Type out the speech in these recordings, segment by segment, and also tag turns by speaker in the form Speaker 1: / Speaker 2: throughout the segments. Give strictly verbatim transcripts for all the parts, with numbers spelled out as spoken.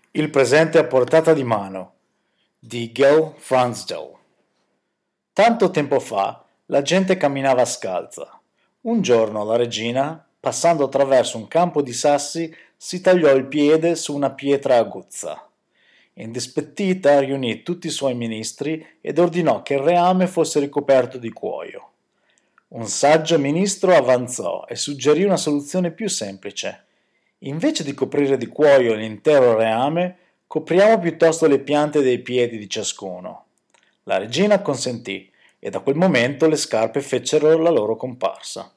Speaker 1: Il presente a portata di mano di Gil Fronsdal. Tanto tempo fa la gente camminava scalza. Un giorno la regina, passando attraverso un campo di sassi, si tagliò il piede su una pietra aguzza. Indispettita riunì tutti i suoi ministri ed ordinò che il reame fosse ricoperto di cuoio. Un saggio ministro avanzò e suggerì una soluzione più semplice. Invece di coprire di cuoio l'intero reame, copriamo piuttosto le piante dei piedi di ciascuno. La regina consentì e da quel momento le scarpe fecero la loro comparsa.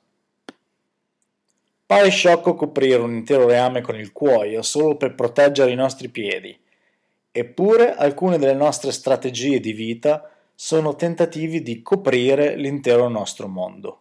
Speaker 1: Pare sciocco coprire un intero reame con il cuoio solo per proteggere i nostri piedi. Eppure alcune delle nostre strategie di vita sono tentativi di coprire l'intero nostro mondo.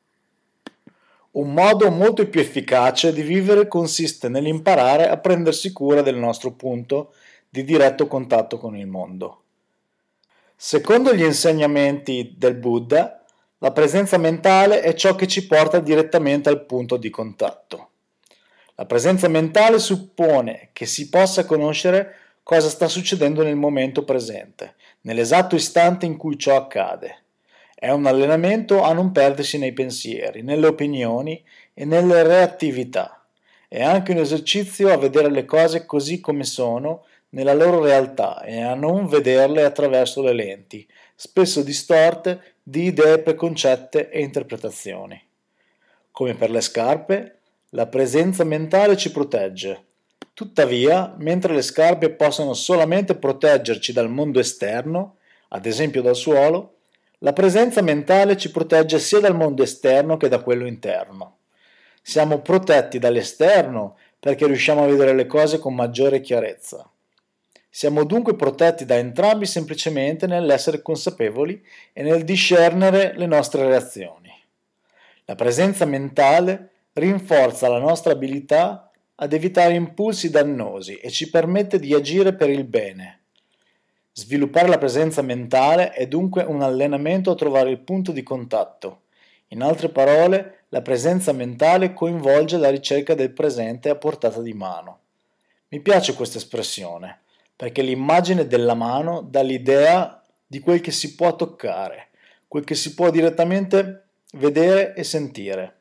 Speaker 1: Un modo molto più efficace di vivere consiste nell'imparare a prendersi cura del nostro punto di diretto contatto con il mondo. Secondo gli insegnamenti del Buddha, la presenza mentale è ciò che ci porta direttamente al punto di contatto. La presenza mentale suppone che si possa conoscere cosa sta succedendo nel momento presente, nell'esatto istante in cui ciò accade. È un allenamento a non perdersi nei pensieri, nelle opinioni e nelle reattività. È anche un esercizio a vedere le cose così come sono nella loro realtà e a non vederle attraverso le lenti, spesso distorte, di idee preconcette e interpretazioni. Come per le scarpe, la presenza mentale ci protegge. Tuttavia, mentre le scarpe possono solamente proteggerci dal mondo esterno, ad esempio dal suolo, la presenza mentale ci protegge sia dal mondo esterno che da quello interno. Siamo protetti dall'esterno perché riusciamo a vedere le cose con maggiore chiarezza. Siamo dunque protetti da entrambi semplicemente nell'essere consapevoli e nel discernere le nostre reazioni. La presenza mentale rinforza la nostra abilità ad evitare impulsi dannosi e ci permette di agire per il bene. Sviluppare la presenza mentale è dunque un allenamento a trovare il punto di contatto. In altre parole, la presenza mentale coinvolge la ricerca del presente a portata di mano. Mi piace questa espressione, perché l'immagine della mano dà l'idea di quel che si può toccare, quel che si può direttamente vedere e sentire.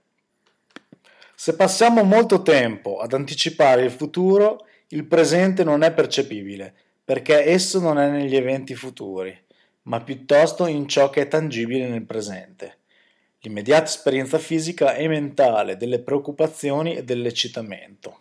Speaker 1: Se passiamo molto tempo ad anticipare il futuro, il presente non è percepibile, perché esso non è negli eventi futuri, ma piuttosto in ciò che è tangibile nel presente. L'immediata esperienza fisica e mentale delle preoccupazioni e dell'eccitamento.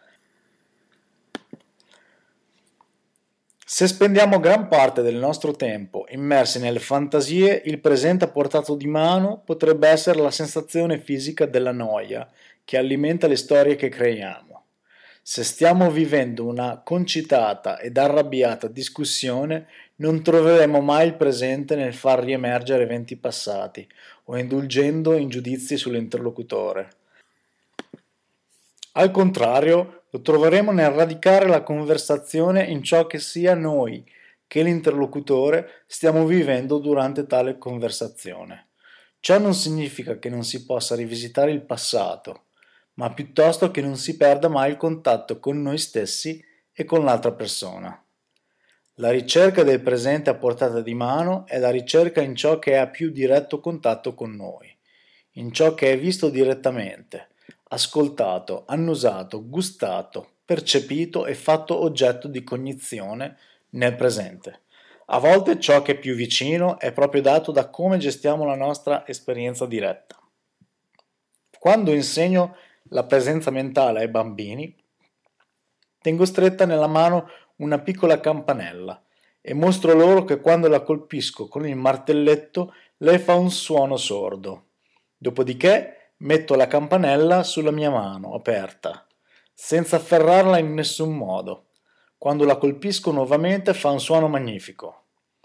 Speaker 1: Se spendiamo gran parte del nostro tempo immersi nelle fantasie, il presente a portata di mano potrebbe essere la sensazione fisica della noia che alimenta le storie che creiamo. Se stiamo vivendo una concitata ed arrabbiata discussione, non troveremo mai il presente nel far riemergere eventi passati o indulgendo in giudizi sull'interlocutore. Al contrario, lo troveremo nel radicare la conversazione in ciò che sia noi, che l'interlocutore, stiamo vivendo durante tale conversazione. Ciò non significa che non si possa rivisitare il passato, ma piuttosto che non si perda mai il contatto con noi stessi e con l'altra persona. La ricerca del presente a portata di mano è la ricerca in ciò che è a più diretto contatto con noi, in ciò che è visto direttamente, ascoltato, annusato, gustato, percepito e fatto oggetto di cognizione nel presente. A volte ciò che è più vicino è proprio dato da come gestiamo la nostra esperienza diretta. Quando insegno la presenza mentale ai bambini, tengo stretta nella mano una piccola campanella e mostro loro che quando la colpisco con il martelletto lei fa un suono sordo. Dopodiché metto la campanella sulla mia mano aperta, senza afferrarla in nessun modo. Quando la colpisco nuovamente fa un suono magnifico.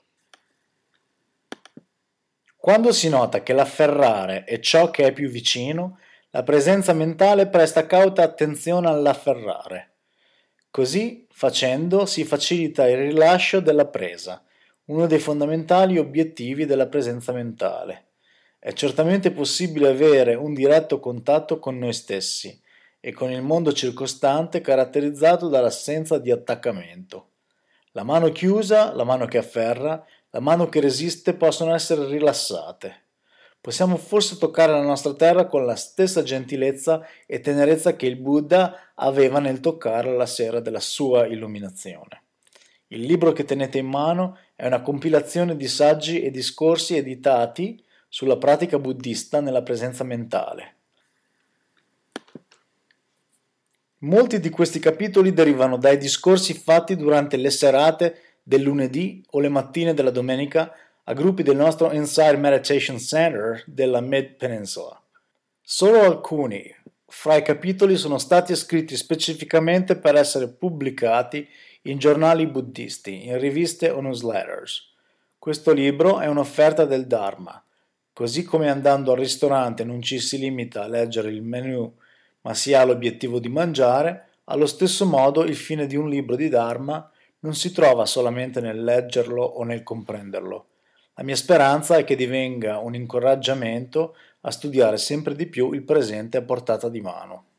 Speaker 1: Quando si nota che l'afferrare è ciò che è più vicino, la presenza mentale presta cauta attenzione all'afferrare. Così facendo si facilita il rilascio della presa, uno dei fondamentali obiettivi della presenza mentale. È certamente possibile avere un diretto contatto con noi stessi e con il mondo circostante caratterizzato dall'assenza di attaccamento. La mano chiusa, la mano che afferra, la mano che resiste possono essere rilassate. Possiamo forse toccare la nostra terra con la stessa gentilezza e tenerezza che il Buddha aveva nel toccarla la sera della sua illuminazione. Il libro che tenete in mano è una compilazione di saggi e discorsi editati sulla pratica buddista nella presenza mentale. Molti di questi capitoli derivano dai discorsi fatti durante le serate del lunedì o le mattine della domenica a gruppi del nostro Insight Meditation Center della Mid Peninsula. Solo alcuni fra i capitoli sono stati scritti specificamente per essere pubblicati in giornali buddisti, in riviste o newsletters. Questo libro è un'offerta del Dharma, così come andando al ristorante non ci si limita a leggere il menu ma si ha l'obiettivo di mangiare, allo stesso modo il fine di un libro di Dharma non si trova solamente nel leggerlo o nel comprenderlo. La mia speranza è che divenga un incoraggiamento a studiare sempre di più il presente a portata di mano.